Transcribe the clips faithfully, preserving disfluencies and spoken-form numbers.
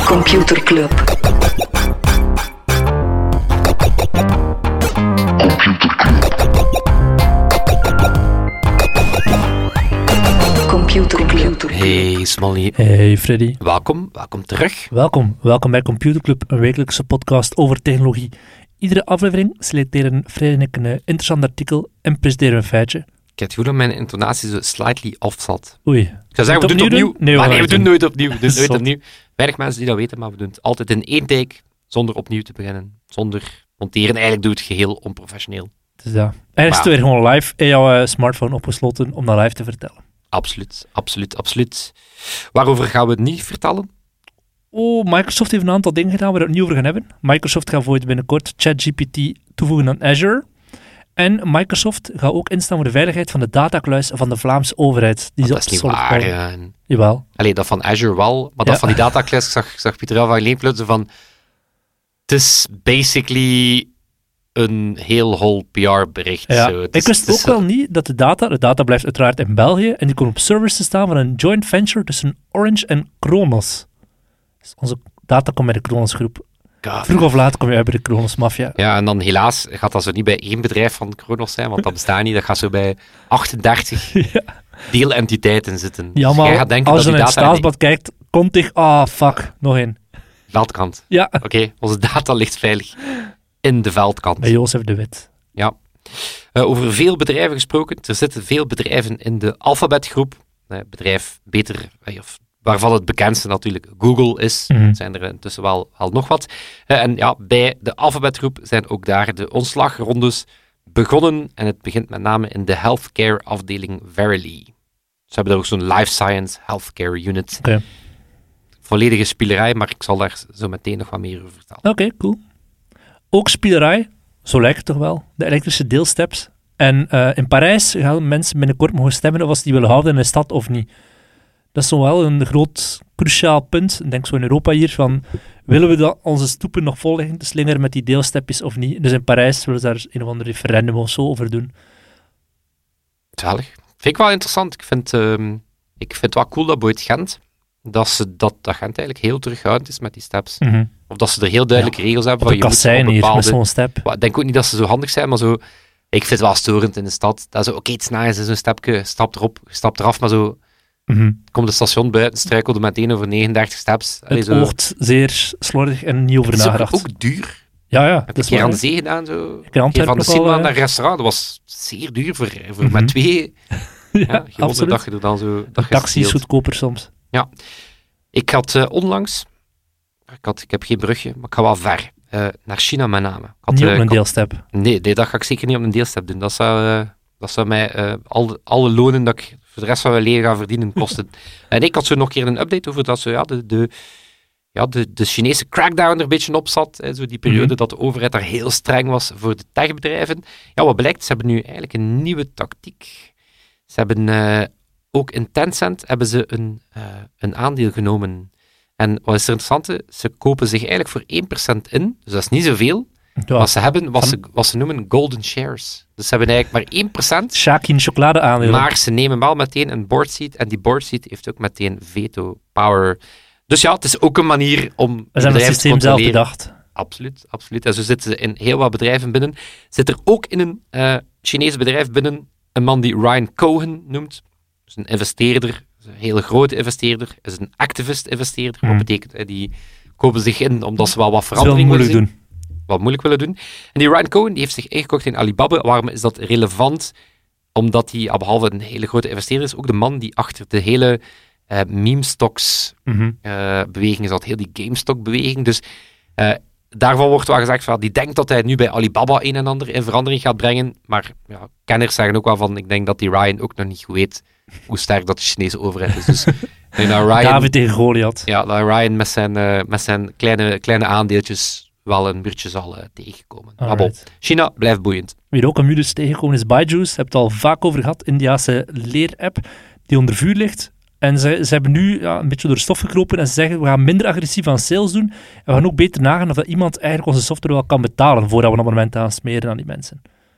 Computer Club. Computer Club. Hey Smolly. Hey Freddy. Welkom, welkom terug. Welkom, welkom bij Computer Club, een wekelijkse podcast over technologie. Iedere aflevering selecteren Freddy en ik een interessant artikel en presenteren we een feitje. Ik heb het goed dat mijn intonatie zo slightly off zat. Oei. Ik zou zeggen, we doen het opnieuw. Doen? Nee, maar we, nee, we doen doen. nooit opnieuw. We doen nooit Zot. opnieuw. Weinig mensen die dat weten, maar we doen het altijd in één take, zonder opnieuw te beginnen. Zonder monteren. Eigenlijk doe het geheel onprofessioneel. Dus ja. Eigenlijk is het weer gewoon live in jouw uh, smartphone opgesloten om dat live te vertellen. Absoluut, absoluut, absoluut. Waarover gaan we het niet vertellen? Oh, Microsoft heeft een aantal dingen gedaan waar we het niet over gaan hebben. Microsoft gaat voor binnenkort ChatGPT toevoegen aan Azure. En Microsoft gaat ook instaan voor de veiligheid van de datakluis van de Vlaamse overheid. Die Dat is niet waar. Uh, Jawel. Allee, dat van Azure wel, maar dat Ja. van die datakluis, ik zag, ik zag Pieter Jan van Leenplutsen van... Het is basically een heel hol P R-bericht. Ja. Zo. Het Ik is- wist het is ook wel niet dat de data... De data blijft uiteraard in België en die komt op servers te staan van een joint venture tussen Orange en Kronos. Dus onze data komt bij de Kronos-groep. God. Vroeg of laat kom je uit bij de Kronos-mafia. Ja, en dan helaas gaat dat zo niet bij één bedrijf van Kronos zijn, want dat bestaat niet. Dat gaat zo bij achtendertig Ja. deelentiteiten zitten. Ja, Dus jij maar gaat denken als dat je die naar het data in de staatsblad kijkt, komt ik... Ah, fuck. Nog één. veldkant. Ja. Oké, onze data ligt veilig in de veldkant. Bij Jozef de Wit. Ja. Uh, over veel bedrijven gesproken. Er zitten veel bedrijven in de alfabetgroep. Uh, bedrijf beter, uh, of, waarvan het bekendste natuurlijk Google is. Mhm. Er zijn er intussen wel, wel nog wat. Uh, en ja, bij de alfabetgroep zijn ook daar de ontslagrondes begonnen. En het begint met name in de healthcare afdeling Verily. Ze hebben daar ook zo'n life science healthcare unit. Oké. Volledige spielerij, maar ik zal daar zo meteen nog wat meer over vertellen. Oké, cool. Ook spielerij, zo lijkt het toch wel. De elektrische deelsteps. En uh, in Parijs gaan mensen binnenkort mogen stemmen of ze die willen houden in de stad of niet. Dat is zo wel een groot, cruciaal punt. Ik denk zo in Europa hier, van willen we dat onze stoepen nog vol liggen te slingeren met die deelstepjes of niet? Dus in Parijs willen ze daar een of ander referendum of zo over doen. Zalig. Vind ik wel interessant. Ik vind, ehm, ik vind het wel cool dat Boyd Gent, dat, ze, dat, dat Gent eigenlijk heel terughoudend is met die steps. Mm-hmm. Of dat ze er heel duidelijke regels hebben. Op van een je moet kassein op hier, bepaalde... met zo'n step. Well, ik denk ook niet dat ze zo handig zijn, maar zo... Ik vind het wel storend in de stad. Dat zo, oké, okay, het is nice, zo'n stapje, stap erop, stap eraf, maar zo... Mm-hmm. Komt het station buiten, struikelde meteen over negenendertig steps. Allee, Het zo. oogt zeer slordig en niet over Het is ook, nagedacht. ook duur. Ja, ja. Heb dat je is een keer waar, aan de hè. zee gedaan, zo? Ik in Een keer van de Antwerpen ook cinema al, naar eh. een restaurant. Dat was zeer duur voor, voor Mhm. met twee... Ja, Ja, gewoon absoluut. dat je er dan zo... Dat je Taxi is steelt. goedkoper soms. Ik had uh, onlangs, ik, had, ik heb geen brugje, maar ik ga wel ver, uh, naar China met name. Ik had, Niet uh, op een ik had- deelstep. nee, nee, dat ga ik zeker niet op een deelstep doen. Dat zou, uh, dat zou mij uh, al, alle lonen dat ik voor de rest van mijn leven ga verdienen kosten. En ik had zo nog een keer een update over dat zo, ja, de, de, ja, de, de Chinese crackdown er een beetje op zat. Hè, zo die periode Mm-hmm. dat de overheid daar heel streng was voor de techbedrijven. Ja, wat blijkt, ze hebben nu eigenlijk een nieuwe tactiek. Ze hebben... Uh, Ook in Tencent hebben ze een, uh, een aandeel genomen. En wat is er interessante? Ze kopen zich eigenlijk voor één procent in. Dus dat is niet zoveel. Ja. Maar ze hebben wat Van- ze, wat ze noemen golden shares. Dus ze hebben eigenlijk maar één procent. Shaki in chocolade aandelen. Maar ze nemen wel meteen een board seat. En die board seat heeft ook meteen veto power. Dus ja, het is ook een manier om We die zijn het bedrijven te systeem zelf controleren. bedacht. Absoluut, absoluut. En zo zitten ze in heel wat bedrijven binnen. Zit er ook in een uh, Chinese bedrijf binnen een man die Ryan Cohen noemt. Dus een investeerder, een hele grote investeerder, is een activist-investeerder. Hmm. Wat betekent, hè, die kopen zich in omdat ze wel wat Dat is wel verandering willen moeilijk zien. doen. Wat moeilijk willen doen. En die Ryan Cohen die heeft zich ingekocht in Alibaba. Waarom is dat relevant? Omdat hij, ah, behalve een hele grote investeerder is, ook de man die achter de hele uh, meme-stocks-beweging Mhm. is, dat heel die GameStop-beweging. Dus uh, daarvan wordt wel gezegd, van, die denkt dat hij nu bij Alibaba een en ander in verandering gaat brengen. Maar ja, kenners zeggen ook wel van, ik denk dat die Ryan ook nog niet goed weet hoe sterk dat de Chinese overheid is. Dus ik denk dat Ryan, David tegen Goliath. ja, dat Ryan met zijn, uh, met zijn kleine, kleine aandeeltjes wel een muurtje zal uh, tegenkomen. Maar bon, Alright. China blijft boeiend. Wie er ook een muur is tegengekomen is Byju's. Heb het al vaak over gehad. Indiase leerapp die onder vuur ligt. En ze, ze hebben nu ja, een beetje door de stof gekropen en ze zeggen, we gaan minder agressief aan sales doen en we gaan ook beter nagaan of dat iemand eigenlijk onze software wel kan betalen voordat we een abonnement aansmeren aan die mensen.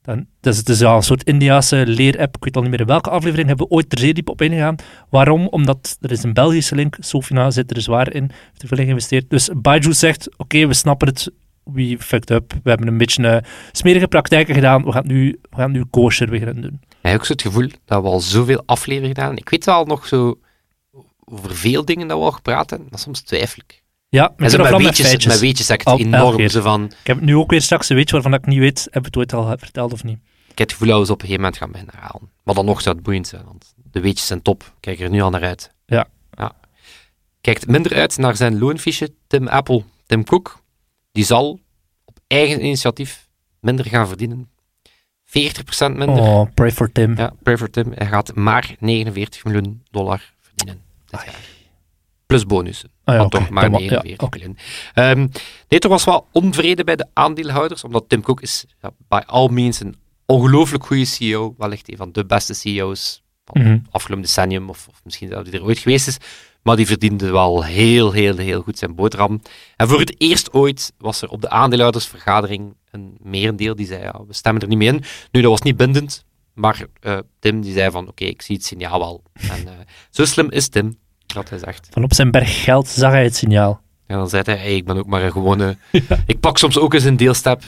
Dan, dus het is ja, een soort Indiase leerapp. Ik weet al niet meer in welke aflevering hebben we ooit ter zeer diep op ingegaan. Waarom? Omdat er is een Belgische link. Sofina zit er zwaar in. Heeft er veel in geïnvesteerd. Dus Baidu zegt, oké, okay, we snappen het. We fucked up. We hebben een beetje uh, smerige praktijken gedaan. We gaan het nu, we gaan het nu kosher beginnen doen. Ik heb ook zo het gevoel dat we al zoveel afleveringen gedaan. Ik weet wel nog zo over veel dingen dat we al gepraat hebben. Maar soms twijfel ik. Ja, met, met, met weetjes, feitjes. met weetjes zeg ik Al, het enorm. Zo van, ik heb het nu ook weer straks een weetje waarvan ik niet weet, heb ik het ooit al verteld of niet. Ik heb het gevoel dat we ze op een gegeven moment gaan beginnen herhalen. Maar dan nog zou het boeiend zijn, want de weetjes zijn top. Ik kijk er nu al naar uit. Ja. ja. Kijkt minder uit naar zijn loonfiche, Tim Apple. Tim Cook, die zal op eigen initiatief minder gaan verdienen. veertig procent minder. Oh, pray for Tim. Ja, pray for Tim. Hij gaat maar negenenveertig miljoen dollar verdienen dit jaar. Plus bonussen. Ah, ja, maar okay. toch maar negenenveertig ja, okay. miljoen. Um, nee, er was wel onvrede bij de aandeelhouders, omdat Tim Cook is ja, by all means een ongelooflijk goede C E O. Wellicht een van de beste C E O's van mm-hmm. het afgelopen decennium, of, of misschien dat hij er ooit geweest is. Maar die verdiende wel heel, heel, heel goed zijn boterham. En voor het eerst ooit was er op de aandeelhoudersvergadering een merendeel die zei, ja, we stemmen er niet mee in. Nu, dat was niet bindend, maar uh, Tim die zei van, oké, okay, ik zie het signaal wel. En uh, zo slim is Tim, dat hij zegt. Van op zijn berg geld zag hij het signaal. En dan zei hij, hey, ik ben ook maar een gewone... ja. Ik pak soms ook eens een deelstep.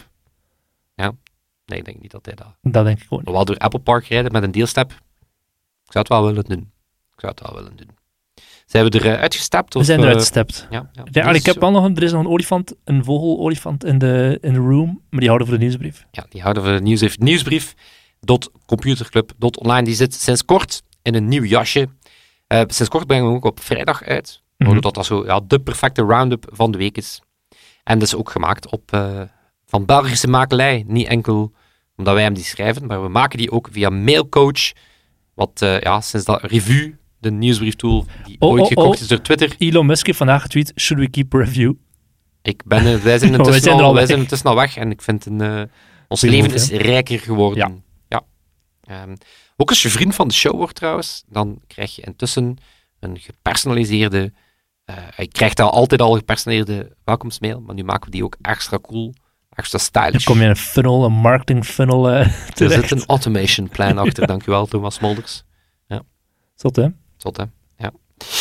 Ja, nee, ik denk niet dat hij dat... Dat denk ik ook niet. Wel door Apple Park rijden met een deelstep. Ik zou het wel willen doen. Ik zou het wel willen doen. Zijn we eruit uitgestapt? We zijn eruit gestapt. Uh, ja, ja, ja, ik heb wel nog een, er is nog een olifant, een vogelolifant in de, in de room, maar die houden voor de nieuwsbrief. Ja, die houden voor de nieuwsbrief. Nieuwsbrief. Computerclub. Online, die zit sinds kort in een nieuw jasje. Uh, sinds kort brengen we hem ook op vrijdag uit. Mm-hmm. Dat dat zo ja, de perfecte round-up van de week is. En dat is ook gemaakt op, uh, van Belgische makelij. Niet enkel omdat wij hem die schrijven, maar we maken die ook via Mailcoach. Wat uh, ja, sinds dat Revue, de nieuwsbrieftool, die oh, ooit oh, gekocht oh. is door Twitter. Elon Musk heeft vandaag getweet, should we keep a review? Ik ben, uh, wij zijn intussen, zijn al, al wij zijn intussen al weg en ik vind een, uh, ons Heel leven goed, is rijker geworden. Ja. ja. Um, ook als je vriend van de show wordt trouwens, dan krijg je intussen een gepersonaliseerde... Uh, je krijgt al altijd al gepersonaliseerde welkomstmail, maar nu maken we die ook extra cool, extra stylish. Dan kom je in een funnel, een marketing funnel uh, terecht. Er zit een automation plan achter, dankjewel Thomas Molders. Ja. Zot, hè? Zot, hè? Ja.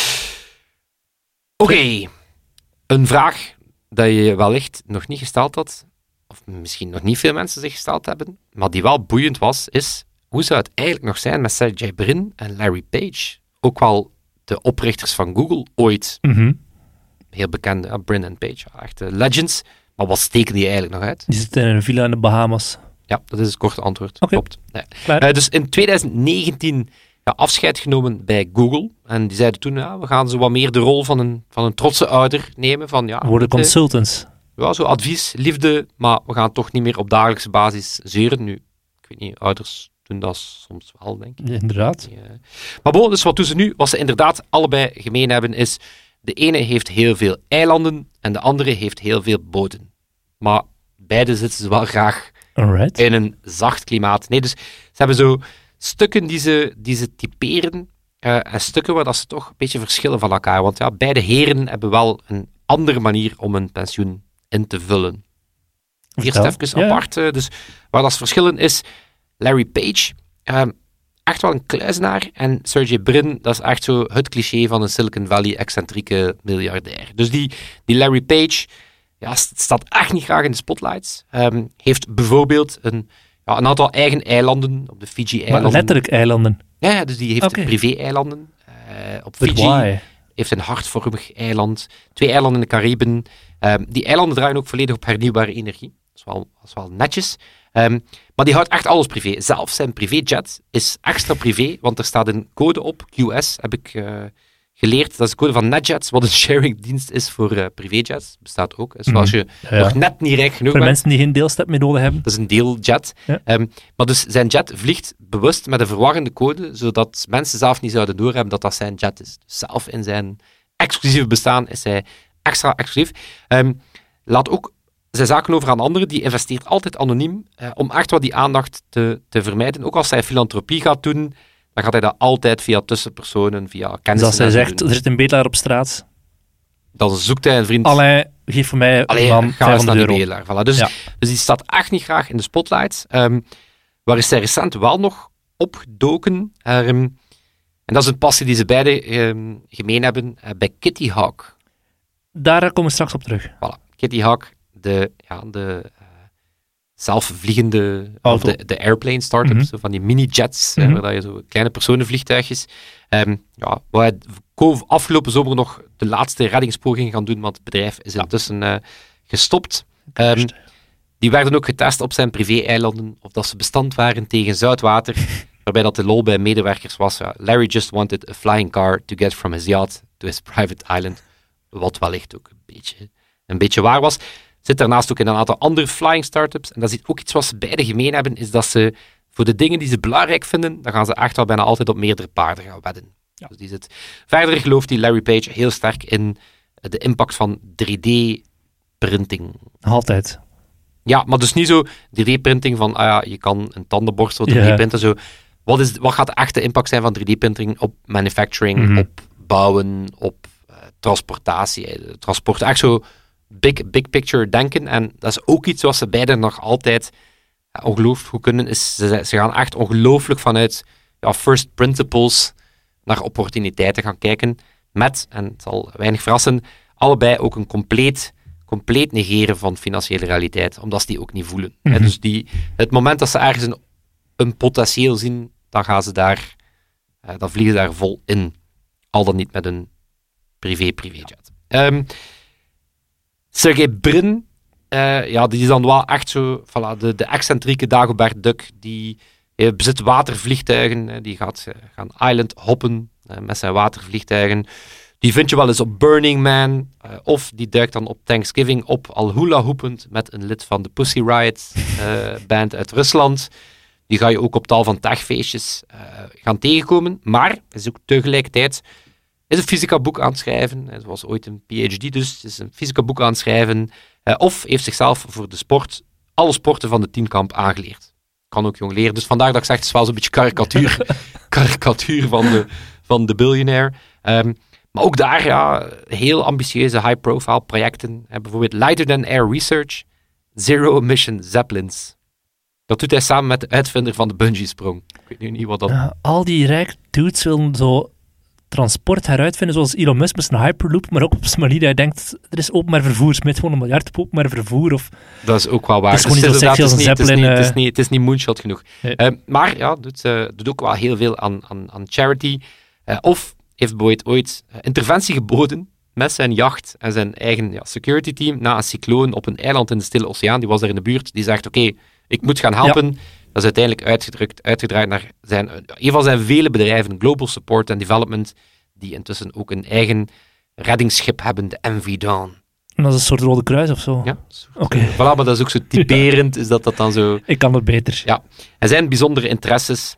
Oké. Okay. Een vraag dat je wellicht nog niet gesteld had, of misschien nog niet veel mensen zich gesteld hebben, maar die wel boeiend was, is hoe zou het eigenlijk nog zijn met Sergey Brin en Larry Page? Ook wel de oprichters van Google ooit. Mm-hmm. Heel bekende, uh, Brin en Page, echte legends. Maar wat steken die eigenlijk nog uit? Die zitten in een villa in de Bahamas. Ja, dat is het korte antwoord. Okay. Klopt. Nee. Uh, dus in twintig negentien ja, afscheid genomen bij Google. En die zeiden toen, ja, we gaan zo wat meer de rol van een, van een trotse ouder nemen. Van, ja, worden consultants. Ja, zo advies, liefde, maar we gaan toch niet meer op dagelijkse basis zeuren. Nu, ik weet niet, ouders doen dat soms wel, denk ik. Ja, inderdaad. Ja. Maar bon, dus wat doen ze nu? Wat ze inderdaad allebei gemeen hebben is, de ene heeft heel veel eilanden en de andere heeft heel veel boten. Maar beide zitten ze wel graag Alright. in een zacht klimaat. Nee, dus ze hebben zo stukken die ze, die ze typeren uh, en stukken waar dat ze toch een beetje verschillen van elkaar. Want ja, beide heren hebben wel een andere manier om een pensioen in te vullen. Eerst Vertel. even Ja. apart. Uh, dus waar dat verschillen is, Larry Page, uh, echt wel een kluizenaar. En Sergey Brin, dat is echt zo het cliché van een Silicon Valley-excentrieke miljardair. Dus die, die Larry Page, ja, staat echt niet graag in de spotlights. Um, heeft bijvoorbeeld een, ja, een aantal eigen eilanden op de Fiji-eilanden. Maar letterlijk eilanden. Ja, ja, dus die heeft Okay. privé-eilanden. Uh, op But Fiji why? heeft een hartvormig eiland. Twee eilanden in de Cariben. Um, die eilanden draaien ook volledig op hernieuwbare energie. Dat is wel, dat is wel netjes. Um, maar die houdt echt alles privé. Zelfs zijn privéjet is extra privé, want er staat een code op, Q S, heb ik uh, geleerd. Dat is de code van NetJets, wat een sharingdienst is voor uh, privéjets. Bestaat ook. Dus als je Ja. nog net niet rijk genoeg Voor bent, mensen die geen deelstep meer nodig hebben. dat is een deeljet. Ja. Um, maar dus zijn jet vliegt bewust met een verwarrende code, zodat mensen zelf niet zouden doorhebben dat dat zijn jet is. Dus zelf in zijn exclusieve bestaan is hij extra exclusief. Um, laat ook zijn zaken over aan anderen, die investeert altijd anoniem, uh, om echt wat die aandacht te, te vermijden. Ook als hij filantropie gaat doen, dan gaat hij dat altijd via tussenpersonen, via Dus kennissen. als hij en zo zegt, doen. er zit een bedelaar op straat. Dan zoekt hij een vriend. Alain, geef voor mij Allee, een man ga eens naar vijfhonderd die euro. bedelaar. Voilà. Dus, Ja. dus die staat echt niet graag in de spotlight. Um, Waar is zij recent wel nog opgedoken? Um, en dat is een passie die ze beide um, gemeen hebben uh, bij Kitty Hawk. Daar komen we straks op terug. Voilà. Kitty Hawk, de, ja, de uh, zelfvliegende, of de, de airplane startups, mm-hmm. zo van die mini-jets, mm-hmm. uh, waar je zo kleine personenvliegtuigjes. Um, ja, waar we afgelopen zomer nog de laatste reddingspoging gaan doen, want het bedrijf is intussen uh, gestopt. Um, die werden ook getest op zijn privé-eilanden, of dat ze bestand waren tegen zoutwater, waarbij dat de lol bij medewerkers was. Ja, Larry just wanted a flying car to get from his yacht to his private island. Wat wellicht ook een beetje, een beetje waar was. Zit daarnaast ook in een aantal andere flying startups. En dat is ook iets wat ze beide gemeen hebben, is dat ze voor de dingen die ze belangrijk vinden, dan gaan ze echt wel bijna altijd op meerdere paarden gaan wedden. Ja. Dus die zit. Verder gelooft die Larry Page heel sterk in de impact van drie D-printing. Altijd. Ja, maar dus niet zo drie D-printing van, ah ja, je kan een tandenborstel drie D-printen. Yeah. Zo. Wat, is, wat gaat de echte impact zijn van drie D-printing op manufacturing, mm-hmm. op bouwen, op uh, transportatie, transport. Echt zo big, big picture denken. En dat is ook iets wat ze beiden nog altijd uh, ongelooflijk goed kunnen. Is, ze, ze gaan echt ongelooflijk vanuit ja, first principles naar opportuniteiten gaan kijken. Met, en het zal weinig verrassen, allebei ook een compleet, compleet negeren van financiële realiteit. Omdat ze die ook niet voelen. Mm-hmm. He, dus die, het moment dat ze ergens een, een potentieel zien, dan gaan ze daar, uh, dan vliegen ze daar vol in. Al dan niet met een privé-privéjet. Um, Sergey Brin, uh, ja, die is dan wel echt zo, voilà, de, de excentrieke Dagobert Duck, die uh, bezit watervliegtuigen, uh, die gaat uh, gaan island hoppen uh, met zijn watervliegtuigen. Die vind je wel eens op Burning Man, uh, of die duikt dan op Thanksgiving op, al hula hoepend met een lid van de Pussy Riot uh, band uit Rusland. Die ga je ook op tal van techfeestjes uh, gaan tegenkomen. Maar is ook tegelijkertijd is een fysica boek aan het schrijven. Hij was ooit een P H D, dus is een fysica boek aan het schrijven. Uh, of heeft zichzelf voor de sport, alle sporten van de tienkamp aangeleerd. Kan ook jong leren. Dus vandaar dat ik zeg, het is wel zo'n beetje karikatuur, karikatuur van de, van de biljonair. Um, maar ook daar, ja, heel ambitieuze high-profile projecten. Uh, bijvoorbeeld Lighter Than Air Research, Zero Emission Zeppelins. Dat doet hij samen met de uitvinder van de bungee-sprong. Ik weet nu niet wat dat... Uh, al die rijk dudes willen zo transport heruitvinden, zoals Elon Musk met zijn Hyperloop, maar ook op zijn manier dat hij denkt, er is openbaar vervoer, smijt gewoon een miljard op openbaar vervoer. Of... Dat is ook wel waar. Het is gewoon niet zo sexy als een Zeppelin. Het is niet, het is niet moonshot genoeg. Nee. Uh, maar ja, doet, uh, doet ook wel heel veel aan, aan, aan charity. Uh, of heeft Boyd ooit uh, interventie geboden met zijn jacht en zijn eigen ja, security team na een cycloon op een eiland in de Stille Oceaan. Die was daar in de buurt. Die zegt, oké, okay, ik moet gaan helpen. Ja. Dat is uiteindelijk uitgedrukt, uitgedraaid naar zijn, een van zijn vele bedrijven, Global Support and Development, die intussen ook een eigen reddingsschip hebben, de M V Dawn. En dat is een soort Rode Kruis of zo? Ja. Oké. Okay. Voilà, maar dat is ook zo typerend, is dat dat dan zo... Ik kan het beter. Ja. En zijn bijzondere interesses,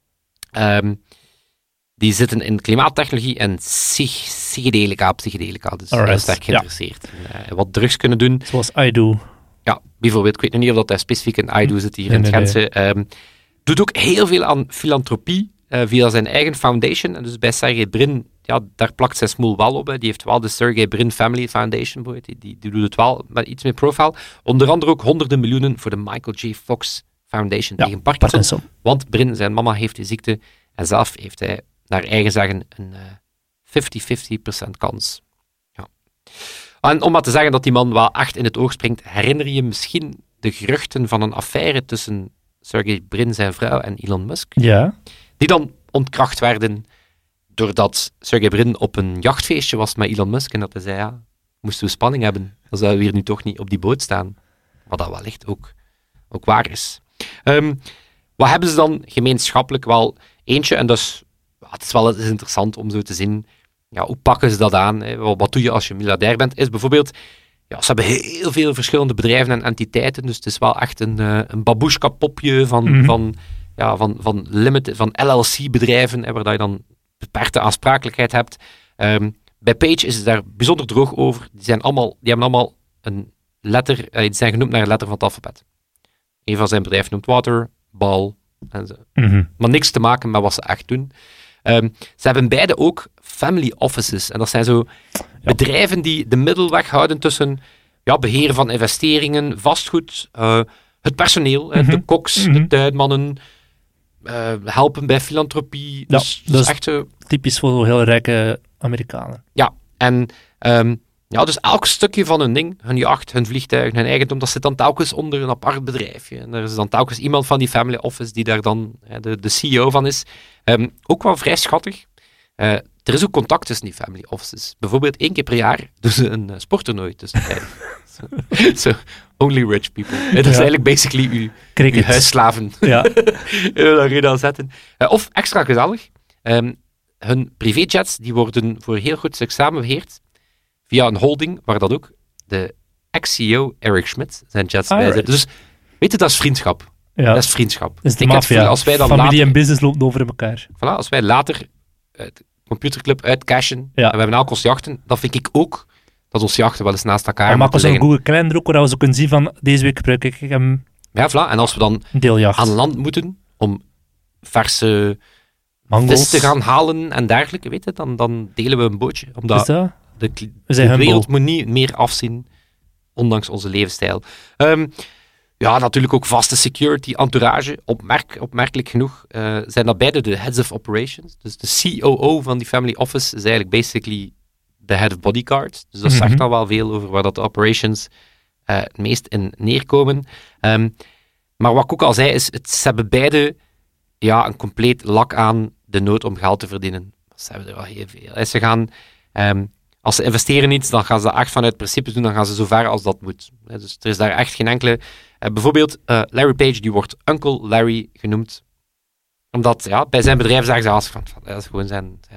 um, die zitten in klimaattechnologie en psych- psychedelica, psychedelica, dus heel sterk geïnteresseerd. Ja. En, uh, wat drugs kunnen doen. Zoals I Do. Ja, bijvoorbeeld, ik weet nog niet of dat hij specifiek in I D O zit hier nee, in het nee, Gentse. Nee. Um, doet ook heel veel aan filantropie uh, via zijn eigen foundation. En dus bij Sergey Brin, ja, daar plakt zijn smoel wel op. Hè. Die heeft wel de Sergey Brin Family Foundation, die, die, die doet het wel met iets meer profile. Onder andere ook honderden miljoenen voor de Michael J. Fox Foundation ja, tegen Parkinson. Parkinson. Want Brin, zijn mama, heeft die ziekte. En zelf heeft hij, naar eigen zeggen, een uh, vijftig vijftig procent kans. Ja. En om maar te zeggen dat die man wel echt in het oog springt, herinner je misschien de geruchten van een affaire tussen Sergey Brin, zijn vrouw, en Elon Musk? Ja. Die dan ontkracht werden doordat Sergey Brin op een jachtfeestje was met Elon Musk en dat hij zei, ja, moesten we spanning hebben, dan zouden we hier nu toch niet op die boot staan. Wat dat wellicht ook, ook waar is. Um, wat hebben ze dan gemeenschappelijk? Wel, eentje, en dat is, het is wel het is interessant om zo te zien, ja, hoe pakken ze dat aan? Hè? Wat doe je als je miljardair bent? Is bijvoorbeeld, ja, ze hebben heel veel verschillende bedrijven en entiteiten, dus het is wel echt een, uh, een babushka-popje van, mm-hmm. van, ja, van, van, limited, van L L C-bedrijven, hè, waar je dan beperkte aansprakelijkheid hebt. Um, bij Page is het daar bijzonder droog over. Die, zijn allemaal, die hebben allemaal een letter, uh, die zijn genoemd naar een letter van het alfabet. Een van zijn bedrijven noemt Water, Ball, en zo. Mm-hmm. Maar niks te maken met wat ze echt doen. Um, ze hebben beide ook family offices. En dat zijn zo ja. bedrijven die de middelweg houden tussen ja, beheer van investeringen, vastgoed, uh, het personeel, Mm-hmm. de koks, Mm-hmm. de tuinmannen, uh, helpen bij filantropie. Ja, dus dat is echt uh, typisch voor heel rijke Amerikanen. Ja, en um, ja, dus elk stukje van hun ding, hun jacht, hun vliegtuig, hun eigendom, dat zit dan telkens onder een apart bedrijfje. En er is dan telkens iemand van die family office die daar dan hè, de, de C E O van is. Um, ook wel vrij schattig. Uh, er is ook contact tussen die family offices. Bijvoorbeeld één keer per jaar doen ze een uh, sporttoernooi tussen so, so, only rich people. Ja. Dat is eigenlijk basically uw, uw huisslaven ja. in de arena zetten. Uh, of extra gezellig. Um, hun privéjets die worden voor heel goed succes beheerd via een holding, waar dat ook de ex-C E O Eric Schmidt zijn jets bij zitten. Dus weet je, dat is vriendschap. Ja. Dat is vriendschap. Dat is de maffia. Als wij dan Familie later, en business lopen over elkaar. Voilà, als wij later het computerclub uitcashen ja. en we hebben elk ons jachten, dan vind ik ook dat ons jachten wel eens naast elkaar en moeten liggen. En maken we zo'n Google Calendar ook, waar we zo kunnen zien van deze week gebruik ik hem. Ja, voilà. En als we dan deeljacht. aan land moeten om verse Mangels. vis te gaan halen en dergelijke, weet je, dan, dan delen we een bootje. Omdat de, de wereld humble. moet niet meer afzien, ondanks onze levensstijl. Um, ja, natuurlijk ook vaste security, entourage. Opmerk, opmerkelijk genoeg uh, zijn dat beide de heads of operations. Dus de C O O van die family office is eigenlijk basically de head of bodyguard. Dus dat mm-hmm. zegt al wel veel over waar dat de operations uh, het meest in neerkomen. Um, maar wat ik ook al zei, is het, ze hebben beide ja, een compleet lak aan de nood om geld te verdienen. Ze hebben er wel heel veel. En ze gaan, um, als ze investeren in iets, dan gaan ze dat echt vanuit principe doen, dan gaan ze zo ver als dat moet. Dus er is daar echt geen enkele... Uh, bijvoorbeeld, uh, Larry Page, die wordt Uncle Larry genoemd. Omdat, ja, bij zijn bedrijf zeggen ze als van, dat is gewoon zijn... zijn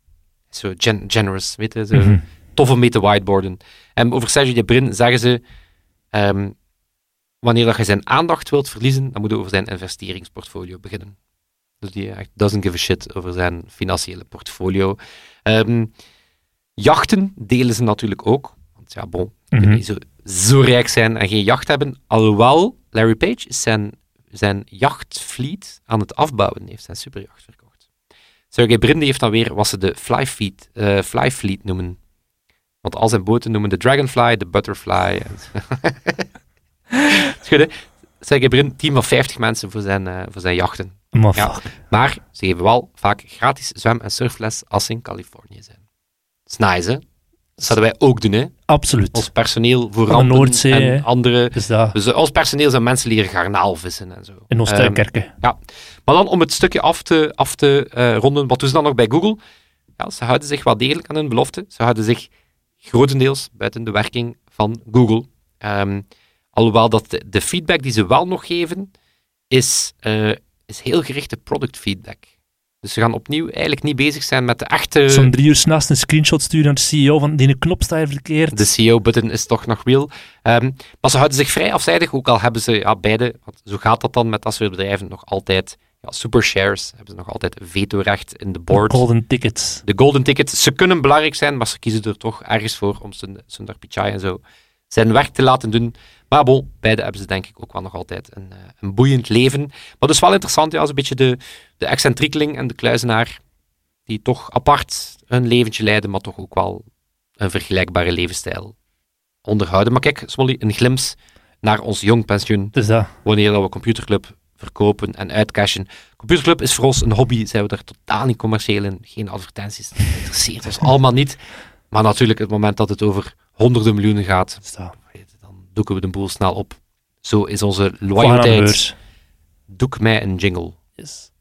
zo gen- generous, weet je, zo mm-hmm. tof om mee te whiteboarden. En over Sergey de Brin zeggen ze... Um, wanneer dat je zijn aandacht wilt verliezen, dan moet je over zijn investeringsportfolio beginnen. Dus die echt doesn't give a shit over zijn financiële portfolio. Um, jachten delen ze natuurlijk ook. Want ja, bon, je mm-hmm. kunt niet zo, zo rijk zijn en geen jacht hebben. Alhoewel, Larry Page is zijn, zijn jachtvliet aan het afbouwen. heeft zijn superjacht verkocht. Sergey Brin heeft dan weer wat ze de fly fleet, uh, fly fleet noemen. Want al zijn boten noemen de Dragonfly, de Butterfly... Schudden. Sergey Brin, team van vijftig mensen voor zijn, uh, voor zijn jachten. Maar, ja. maar ze geven wel vaak gratis zwem- en surfles als ze in Californië zijn. Dat is nice, hè? Dat zouden wij ook doen, hè? Absoluut. Ons personeel voor Van rampen de Noordzee, en hè? andere... Dus dat. Dus ons personeel zijn mensen leren garnaalvissen en zo. In Oost-Duinkerke. Um, ja. Maar dan om het stukje af te, af te uh, ronden, wat doen ze dan nog bij Google? Ja, ze houden zich wel degelijk aan hun belofte. Ze houden zich grotendeels buiten de werking van Google. Um, Alhoewel dat de, de feedback die ze wel nog geven, is, uh, is heel gerichte product feedback. Dus ze gaan opnieuw eigenlijk niet bezig zijn met de echte... Zo'n drie uur 's nachts een screenshot sturen naar de C E O van die een knop staat verkeerd. De C E O-button is toch nog real. Um, maar ze houden zich vrij afzijdig, ook al hebben ze ja, beide, want zo gaat dat dan met dat soort bedrijven, nog altijd ja, super shares, hebben ze nog altijd vetorecht in de board. De golden tickets. De golden tickets. Ze kunnen belangrijk zijn, maar ze kiezen er toch ergens voor om Sundar Pichai en zo zijn werk te laten doen. Maar bon, beide hebben ze denk ik ook wel nog altijd een, uh, een boeiend leven. Maar dus wel interessant, ja, als een beetje de, de excentriekeling en de kluizenaar, die toch apart hun leventje leiden, maar toch ook wel een vergelijkbare levensstijl onderhouden. Maar kijk, Smolly, een glimp naar ons jong pensioen, dus dat. wanneer dat we Computerclub verkopen en uitcashen. Computerclub is voor ons een hobby, zijn we daar totaal niet commercieel in, geen advertenties, dat interesseert ons allemaal niet. Maar natuurlijk, het moment dat het over honderden miljoenen gaat, dus dat. dan doeken we de boel snel op. Zo is onze loyaliteit. Doek mij een jingle. Yes.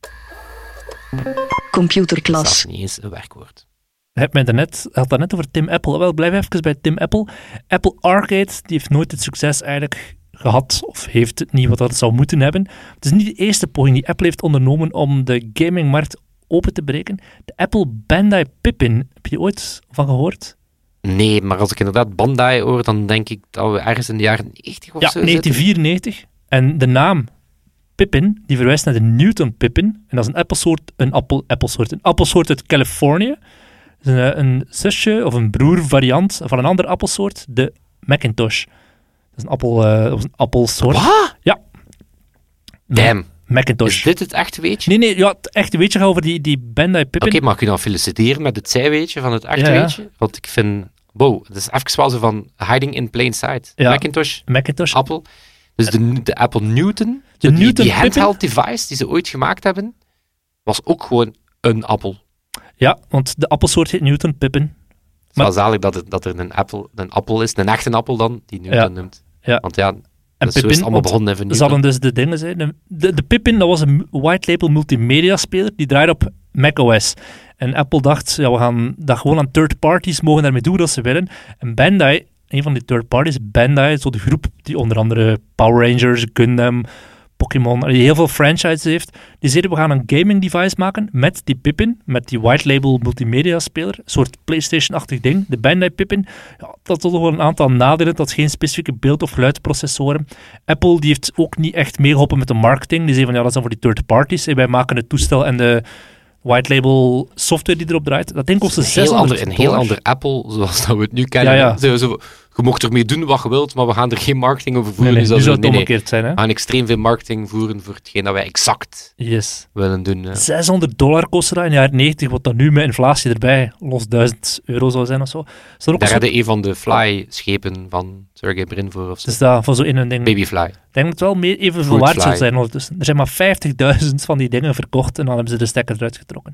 Computerklas. Dat is niet eens een werkwoord. Je hebt mij daarnet, had dat net over Tim Apple. Wel, blijf even bij Tim Apple. Apple Arcade, die heeft nooit het succes eigenlijk gehad, of heeft het niet wat dat zou moeten hebben. Het is niet de eerste poging die Apple heeft ondernomen om de gamingmarkt open te breken. De Apple Bandai Pippin, heb je ooit van gehoord? Nee, maar als ik inderdaad Bandai hoor, dan denk ik dat we ergens in de jaren negentig of ja, zo negentien vierennegentig. Zitten. En de naam Pippin, die verwijst naar de Newton Pippin. En dat is een appelsoort, een appel, appelsoort, een appelsoort uit Californië. Dat is een, een zusje of een broervariant van een andere appelsoort, de Macintosh. Dat is een, appel, uh, of een appelsoort. Wat? Ja. Damn. Macintosh. Is dit het echte weetje? Nee, nee, ja, het echte weetje gaat over die, die Bandai Pippin. Oké, okay, mag ik je dan feliciteren met het zijweetje van het echte ja, weetje? Want ik vind, wow, dat is even wel zo van hiding in plain sight. Ja. Macintosh, Macintosh. appel. Dus de, de Apple Newton, De zo die, Newton die Pippin? handheld device die ze ooit gemaakt hebben, was ook gewoon een appel. Ja, want de appelsoort heet Newton Pippin. Het is Maar- wel zalig dat, het, dat er een, apple, een appel is, een echte appel dan, die Newton Ja. noemt. Ja. Want ja, En dus zo is Pippin, het allemaal want begonnen van ze Newton. hadden dus de dingen zijn. De, de, de Pippin, dat was een white label multimedia speler, die draaide op macOS. En Apple dacht, ja, we gaan dat gewoon aan third parties mogen daarmee doen wat ze willen. En Bandai, een van die third parties, Bandai, zo de groep die onder andere Power Rangers, Gundam, Pokémon, die heel veel franchises heeft, die zeiden, we gaan een gaming device maken met die Pippin, met die white label multimedia speler, een soort PlayStation-achtig ding, de Bandai Pippin. Ja, dat had toch wel een aantal nadelen, dat had geen specifieke beeld- of geluidsprocessoren. Apple die heeft ook niet echt meegeholpen met de marketing, die zei van, ja, dat is dan voor die third parties, en wij maken het toestel en de white label software die erop draait. Dat ding kostte een heel, zeshonderd ander, een heel dollar. ander Apple, zoals dat we het nu kennen. Ja, ja. Zo, zo, je mocht ermee doen wat je wilt, maar we gaan er geen marketing over Nee, voeren. nee, dus nu dat zou is- het nee, nee. omgekeerd zijn, hè? We gaan extreem veel marketing voeren voor hetgeen dat wij exact Yes. willen doen. Ja. zeshonderd dollar kostte dat in de jaren negentig, wat dan nu met inflatie erbij los duizend euro zou zijn of zo. Is dat ook Daar een hadden een van de Fly-schepen van Sergey Brin voor, of zo. Dus dat voor zo in een ding. Babyfly. Ik denk dat het wel meer evenveel Fruit waard zou fly. zijn ondertussen. Er zijn maar vijftigduizend van die dingen verkocht en dan hebben ze de stekker eruit getrokken.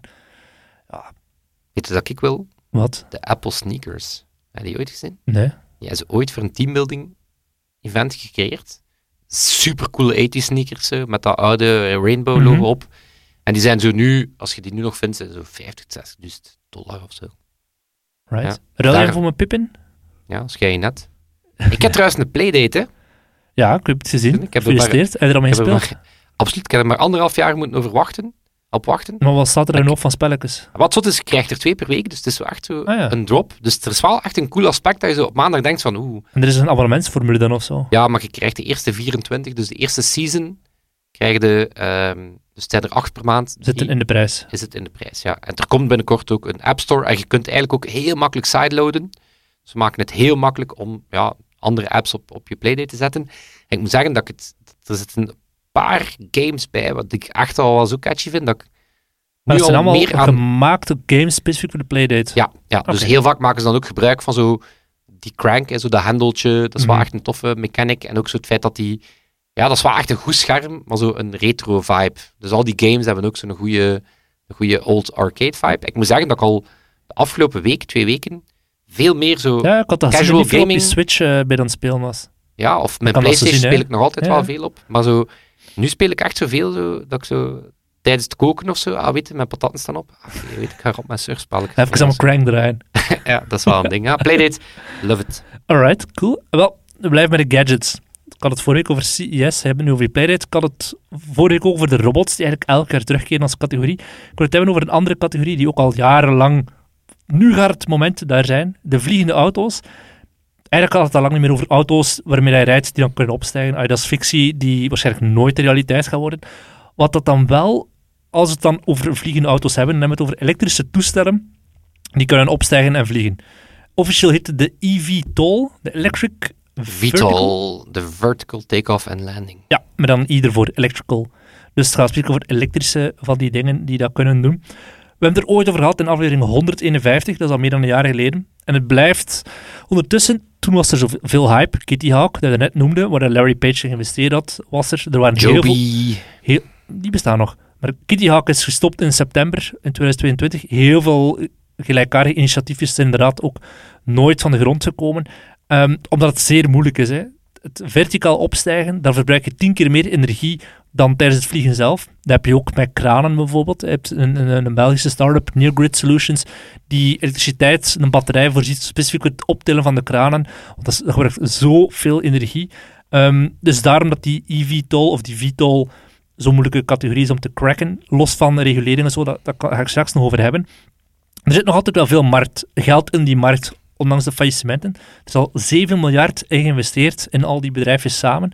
Weet je wat ik wil? Wat? De Apple sneakers. Heb je die ooit gezien? Nee. Die hebben ze ooit voor een teambuilding event gecreëerd. Super coole tachtig sneakers, zo, met dat oude Rainbow logo Mhm. op. En die zijn zo nu, als je die nu nog vindt, zijn zo vijftig, zestigduizend dollar of zo. Right. Ja. Ruil je Daar- voor mijn Pippin? Ja, schijn je net. Ik heb trouwens een playdate, hè. Ja, ik heb het gezien. Ik heb er maar- Gefeliciteerd. Heb je er al mee Ik heb er gespeeld? maar- absoluut, ik heb er maar anderhalf jaar moeten over wachten. Op wachten. Maar wat staat er dan Ik- ook van spelletjes? Wat zot is, je krijgt er twee per week, dus het is zo echt zo Ah, ja. een drop. Dus er is wel echt een cool aspect dat je zo op maandag denkt van, oeh, En er is een abonnementsformule dan of zo. ja, maar je krijgt de eerste vierentwintig, dus de eerste season krijg je, ehm, dus het zijn er acht per maand. Zitten die- in de prijs. is het in de prijs, ja. En er komt binnenkort ook een App Store en je kunt eigenlijk ook heel makkelijk sideloaden. Ze maken het heel makkelijk om ja, andere apps op, op je Playdate te zetten. En ik moet zeggen dat ik het, er zitten een paar games bij wat ik echt al wel zo catchy vind, dat ik Maar nu het zijn al allemaal meer aan... gemaakte games specifiek voor de Playdate. Ja, ja dus Oké. heel vaak maken ze dan ook gebruik van zo die crank, en zo dat handeltje. Dat is wel Mhm. echt een toffe mechanic. En ook zo het feit dat die... Ja, dat is wel echt een goed scherm, maar zo een retro vibe. Dus al die games hebben ook zo'n goede, een goede old arcade vibe. Ik moet zeggen dat ik al de afgelopen week, twee weken, veel meer zo... Ja, Ja, ik had dat gezien Casual dat die veel op je gaming. Switch eh, bij aan het spelen was. of mijn kan dat zo PlayStation zien, hè. speel ik nog altijd Ja. wel veel op. Maar zo... Nu speel ik echt zoveel zo, dat ik zo... Tijdens het koken of zo, ah, weet je, mijn patatten staan op. Ah, je weet, ik ga op mijn surfspel. Even aan mijn crank draaien. Ja, dat is wel een ding. Ja, Playdate, love it. Alright, cool. Wel, we blijven met de gadgets. Ik had het vorige week over C E S, hebben nu over die Playdate. Ik had het vorige week ook over de robots, die eigenlijk elk jaar terugkeren als categorie. Ik wil het hebben over een andere categorie, die ook al jarenlang... Nu gaat het moment daar zijn. De vliegende auto's. Eigenlijk gaat het al lang niet meer over auto's waarmee hij rijdt, die dan kunnen opstijgen. Ah, dat is fictie die waarschijnlijk nooit de realiteit gaat worden. Wat dat dan wel, als we het dan over vliegende auto's hebben, dan hebben we het over elektrische toestellen die kunnen opstijgen en vliegen. Officieel heet het de E V TOL, de Electric Vertical. VTOL, de Vertical Takeoff and Landing. Ja, maar dan ieder voor electrical. Dus het gaat spreken over elektrische van die dingen die dat kunnen doen. We hebben het er ooit over gehad in aflevering honderdeenenvijftig, dat is al meer dan een jaar geleden. En het blijft ondertussen, toen was er zoveel hype, Kitty Hawk, dat je net noemde, waar Larry Page in geïnvesteerd had, was er. Er waren heel veel... Joby. Heel, die bestaan nog. Maar Kitty Hawk is gestopt in september in tweeduizend tweeëntwintig. Heel veel gelijkaardige initiatiefjes zijn inderdaad ook nooit van de grond gekomen. Um, omdat het zeer moeilijk is. Hè. Het verticaal opstijgen, daar verbruik je tien keer meer energie dan tijdens het vliegen zelf. Dat heb je ook met kranen bijvoorbeeld. Je hebt een, een, een Belgische start-up, Neargrid Solutions, die elektriciteit, een batterij voorziet, specifiek het optillen van de kranen. Want dat, is, dat gebruikt zoveel energie. Um, dus daarom dat die E V TOL of die V TOL zo'n moeilijke categorie is om te cracken, los van regulering en zo, dat, dat ga ik straks nog over hebben. Er zit nog altijd wel veel markt, geld in die markt, ondanks de faillissementen. Er is al zeven miljard in geïnvesteerd in al die bedrijfjes samen.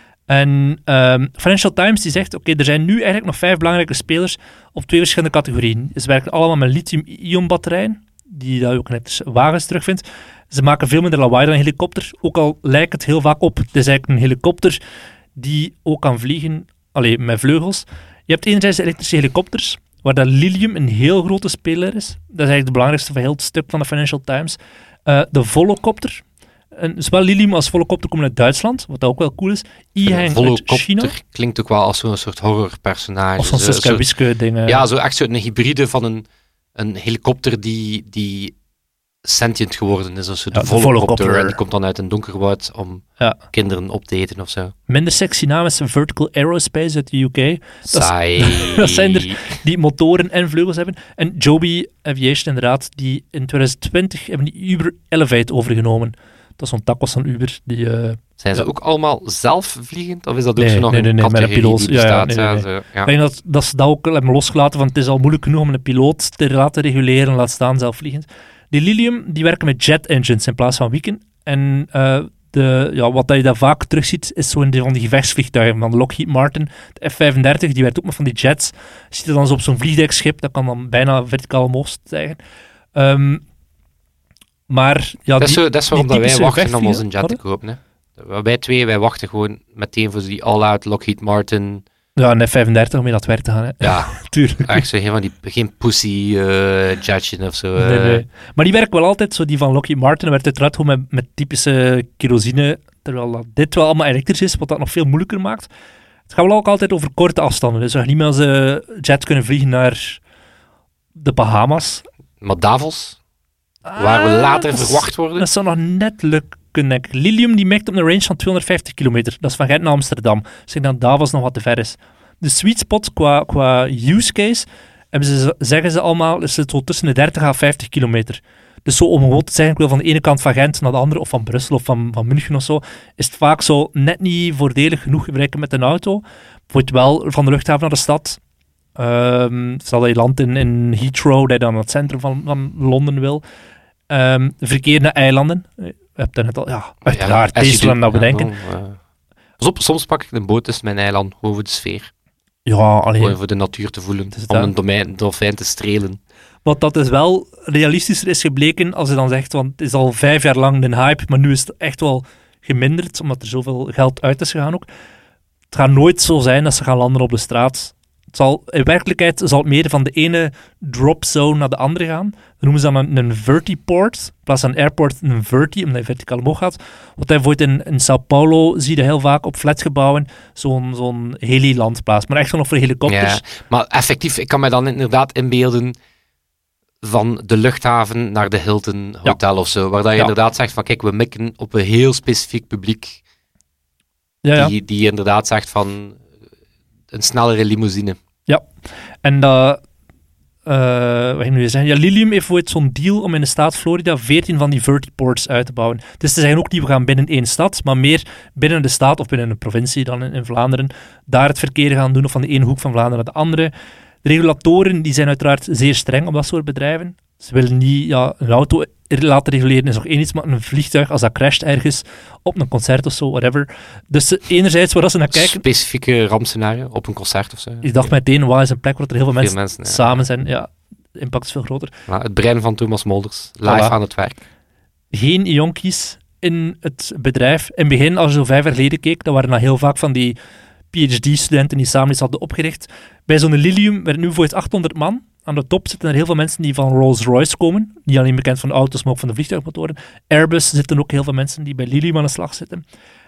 En um, Financial Times die zegt, oké, okay, er zijn nu eigenlijk nog vijf belangrijke spelers op twee verschillende categorieën. Ze werken allemaal met lithium-ion batterijen, die je ook in elektrische wagens terugvindt. Ze maken veel minder lawaai dan een helikopter, ook al lijkt het heel vaak op. Het is eigenlijk een helikopter die ook kan vliegen, alleen met vleugels. Je hebt enerzijds elektrische helikopters, waar dat Lilium een heel grote speler is. Dat is eigenlijk de belangrijkste van heel het stuk van de Financial Times. Uh, de Volocopter. En zowel Lilium als Volocopter komen uit Duitsland, wat ook wel cool is. E-Hang uit China. Volocopter klinkt ook wel als zo'n soort horrorpersonage. Of zo'n Zo- Suske zo- Wiske dingen. Ja, zo echt zo'n hybride van een, een helikopter die, die sentient geworden is. Als Ja, de de volocopter. volocopter. En die komt dan uit een donkerwoud om Ja. kinderen op te eten of zo. Minder sexy naam is Vertical Aerospace uit de U K. is- Saai. dat zijn er- Die motoren en vleugels hebben. En Joby Aviation inderdaad, die in twintig twintig hebben die Uber Elevate overgenomen. Dat is zo'n tak was van Uber. Die, eh, Zijn ze Ja. ook allemaal zelfvliegend? Of is dat ook Nee, zo nog nee, nee, een nee, met een categorie piloot. die Ja, ja, bestaat? nee, nee, Ja, nee. zo, ja. Ik denk dat, dat ze dat ook hebben losgelaten, want het is al moeilijk genoeg om een piloot te laten reguleren, laat staan zelfvliegend. Die Lilium, die werken met jet engines in plaats van wieken. En eh, de, ja, wat je daar vaak terugziet, is zo in die, van die gevechtsvliegtuigen van Lockheed Martin. De F vijfendertig, die werkt ook met van die jets. Je ziet het dan zo op zo'n vliegdekschip, dat kan dan bijna verticaal omhoog stijgen. Ehm, maar ja, Dat is, die, zo, dat is waarom die dat wij typische wachten om ons een jet te wegvliegen- kopen. Hè. Wij twee, wij wachten gewoon meteen voor die all-out Lockheed Martin. ja, een F vijfendertig om mee naar het werk te gaan. Hè. Ja, tuurlijk. echt zo, geen, van die, geen pussy eh jetje of zo. eh. Nee, nee. Maar die werken wel altijd, zo die van Lockheed Martin, werd uiteraard gewoon met, met typische kerosine, terwijl dat dit wel allemaal elektrisch is, wat dat nog veel moeilijker maakt. Het gaat wel ook altijd over korte afstanden, dus je gaat niet meer als een jet kunnen vliegen naar de Bahama's. Maar Davos, waar we Ah, later dat is- verwacht worden. Dat zou nog net lukken, denk ik. Lilium die mikt op een range van tweehonderdvijftig kilometer. Dat is van Gent naar Amsterdam. Dus ik denk dat Davos nog wat te ver is. De sweet spot qua, qua use case, hebben ze, zeggen ze allemaal, is het zo tussen de dertig à vijftig kilometer. Dus zo om gewoon te zeggen, ik wil van de ene kant van Gent naar de andere, of van Brussel of van, van München of zo, is het vaak zo net niet voordelig genoeg gebruiken met een auto. Bijvoorbeeld wel van de luchthaven naar de stad. Ehm stel dat je landt in, in Heathrow, dat je dan naar het centrum van, van Londen wil. Ehm, verkeer naar eilanden. Je hebt daar net al, ja, uiteraard, als je deze aan dat doet- bedenken. ja, gewoon, eh. Pas op, soms pak ik een boot tussen mijn eiland, gewoon voor de sfeer. Ja, alleen. Gewoon voor de natuur te voelen, is om dat. een domein, dolfijn te strelen. Wat dat is wel realistischer is gebleken als je dan zegt, want het is al vijf jaar lang een hype, maar nu is het echt wel geminderd, omdat er zoveel geld uit is gegaan ook. Het gaat nooit zo zijn dat ze gaan landen op de straat. Het zal, in werkelijkheid zal het meer van de ene drop zone naar de andere gaan. Dan noemen ze dan een, een vertiport. In plaats van een airport een verti, omdat je verticaal omhoog gaat. Wat hij bijvoorbeeld in, in Sao Paulo zie je heel vaak op flatgebouwen zo'n zo'n heli-landplaats. Maar echt wel nog voor helikopters. Ja, maar effectief, ik kan me dan inderdaad inbeelden van de luchthaven naar de Hilton Hotel of zo, waar dat je Ja. inderdaad zegt van kijk, we mikken op een heel specifiek publiek, Ja, ja. Die, die inderdaad zegt van een snellere limousine. En dat... eh, wat ging ik nu zeggen? Ja, Lilium heeft ooit zo'n deal om in de staat Florida veertien van die vertiports uit te bouwen. Dus ze zeggen ook niet, we gaan binnen één stad, maar meer binnen de staat of binnen een provincie dan in, in Vlaanderen, daar het verkeer gaan doen of van de ene hoek van Vlaanderen naar de andere. De regulatoren die zijn uiteraard zeer streng op dat soort bedrijven. Ze willen niet... Ja, een auto laten reguleren is nog één iets, maar een vliegtuig, als dat crasht ergens op een concert of zo, whatever. Dus eh, enerzijds, waar ze naar kijken... Specifieke rampscenario op een concert of zo. Ik dacht meteen, wat is een plek waar er heel veel Veel mensen, mensen, ja. samen zijn. Ja, de impact is veel groter. Ja, het brein van Thomas Molders, live Voilà. aan het werk. Geen jonkies in het bedrijf. In het begin, als je zo vijf jaar geleden keek, dan waren dat heel vaak van die P H D-studenten die samen iets hadden opgericht. Bij zo'n Lilium werden nu voor het achthonderd man. Aan de top zitten er heel veel mensen die van Rolls-Royce komen. Niet alleen bekend van de auto's, maar ook van de vliegtuigmotoren. Airbus zitten ook heel veel mensen die bij Lilium aan de slag zitten.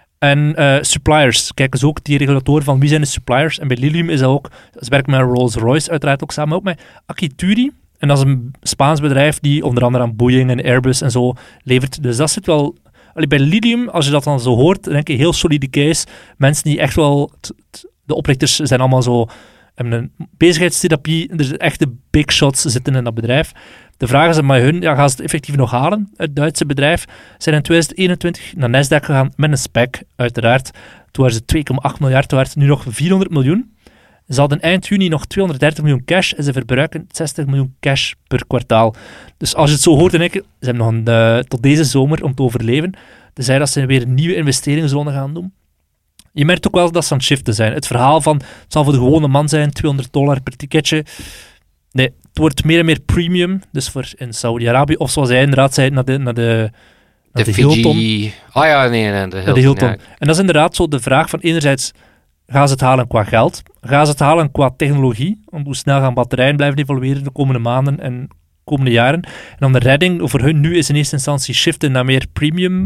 En eh, suppliers. Kijken ze ook die regulatoren van wie zijn de suppliers. En bij Lilium is dat ook... Ze werken met Rolls-Royce uiteraard ook samen, maar ook met Akituri. En dat is een Spaans bedrijf die onder andere aan Boeing en Airbus en zo levert. Dus dat zit wel... Allee, bij Lilium, als je dat dan zo hoort, dan denk je heel solide case. Mensen die echt wel... t- t- De oprichters zijn allemaal zo... Hebben een bezigheidstherapie. Er zijn echte big shots zitten in dat bedrijf. De vraag is bij hun, ja, gaan ze het effectief nog halen? Het Duitse bedrijf zijn in twintig eenentwintig naar Nasdaq gegaan met een spec, uiteraard. Toen waren ze twee komma acht miljard waard, nu nog vierhonderd miljoen. Ze hadden eind juni nog tweehonderddertig miljoen cash en ze verbruiken zestig miljoen cash per kwartaal. Dus als je het zo hoort, dan denk je, ze hebben nog een, uh, tot deze zomer om te overleven. Tenzij dat ze weer een nieuwe investeringsronde gaan doen. Je merkt ook wel dat ze aan het shiften zijn. Het verhaal van, het zal voor de gewone man zijn, tweehonderd dollar per ticketje. Nee, het wordt meer en meer premium. Dus voor in Saudi-Arabië, of zoals hij inderdaad zei, naar de, naar de, naar De, de Hilton. Fiji... Oh ja, nee, nee, de Hilton. Naar de Hilton. ja. En dat is inderdaad zo de vraag van enerzijds, gaan ze het halen qua geld? Gaan ze het halen qua technologie? Om hoe snel gaan batterijen blijven evolueren de komende maanden en komende jaren? En dan de redding voor hun nu is in eerste instantie shiften naar meer premium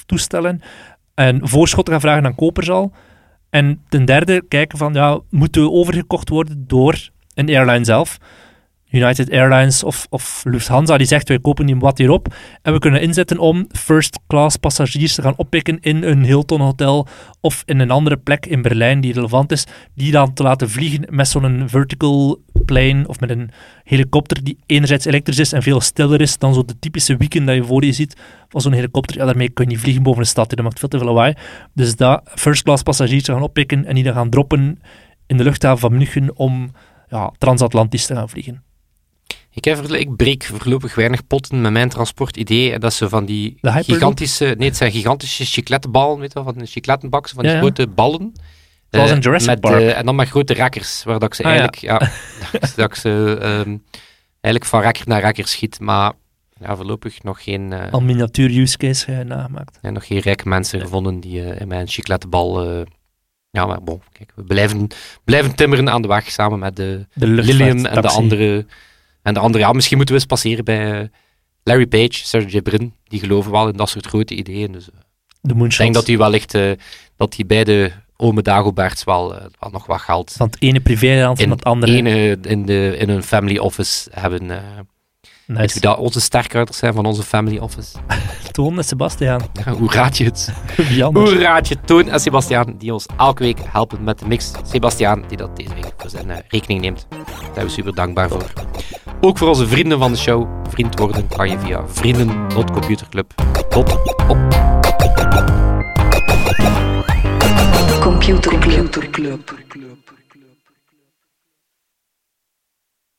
of toestellen. En voorschotten gaan vragen aan kopers al. En ten derde kijken van, ja, moeten we overgekocht worden door een airline zelf? United Airlines of, of Lufthansa, die zegt, wij kopen die wat hierop. En we kunnen inzetten om first-class passagiers te gaan oppikken in een Hilton hotel of in een andere plek in Berlijn die relevant is, die dan te laten vliegen met zo'n vertical plane of met een helikopter die enerzijds elektrisch is en veel stiller is dan zo de typische weekend dat je voor je ziet van zo'n helikopter. Ja, daarmee kun je niet vliegen boven de stad, dat maakt veel te veel lawaai. Dus dat first-class passagiers te gaan oppikken en die dan gaan droppen in de luchthaven van München om ja, transatlantisch te gaan vliegen. Ik, heb, ik breek voorlopig weinig potten met mijn transportidee. Dat ze van die gigantische... Nee, het zijn gigantische chiclettenballen, weet je wel, van de chiclettenbak, van die ja, ja. grote ballen. Zoals uh, in Jurassic met, Park. Uh, en dan met grote rekkers, waar dat ik ze ah, eigenlijk... Ja. Ja, dat, dat ik ze um, eigenlijk van rekker naar rekker schiet, maar ja, voorlopig nog geen... Uh, Al miniatuur use case uh, nagemaakt. En nog geen rijke mensen ja. gevonden die uh, in mijn chiclettenbal... Uh, ja, maar bon, kijk, we blijven, blijven timmeren aan de weg, samen met de, de Lilium en de andere... En de andere, ja, misschien moeten we eens passeren bij uh, Larry Page, Sergey Brin, die geloven wel in dat soort grote ideeën. Dus, uh, de moonshots. Ik denk dat die wellicht, uh, dat die beide ome Dagoberts wel, uh, wel nog wat geld... Van het ene privéland van het andere. Ene in, de, in een family office hebben... Uh, nice. Weet je dat onze sterkhouders zijn van onze family office? Toon en Sebastiaan. Ja, hoe raad je het? Wie hoe raad je Toon en Sebastiaan, die ons elke week helpen met de mix. Sebastiaan, die dat deze week voor zijn uh, rekening neemt. Daar zijn we super dankbaar voor. Ook voor onze vrienden van de show. Vriend worden kan je via vrienden punt computerclub punt op. Computerclub.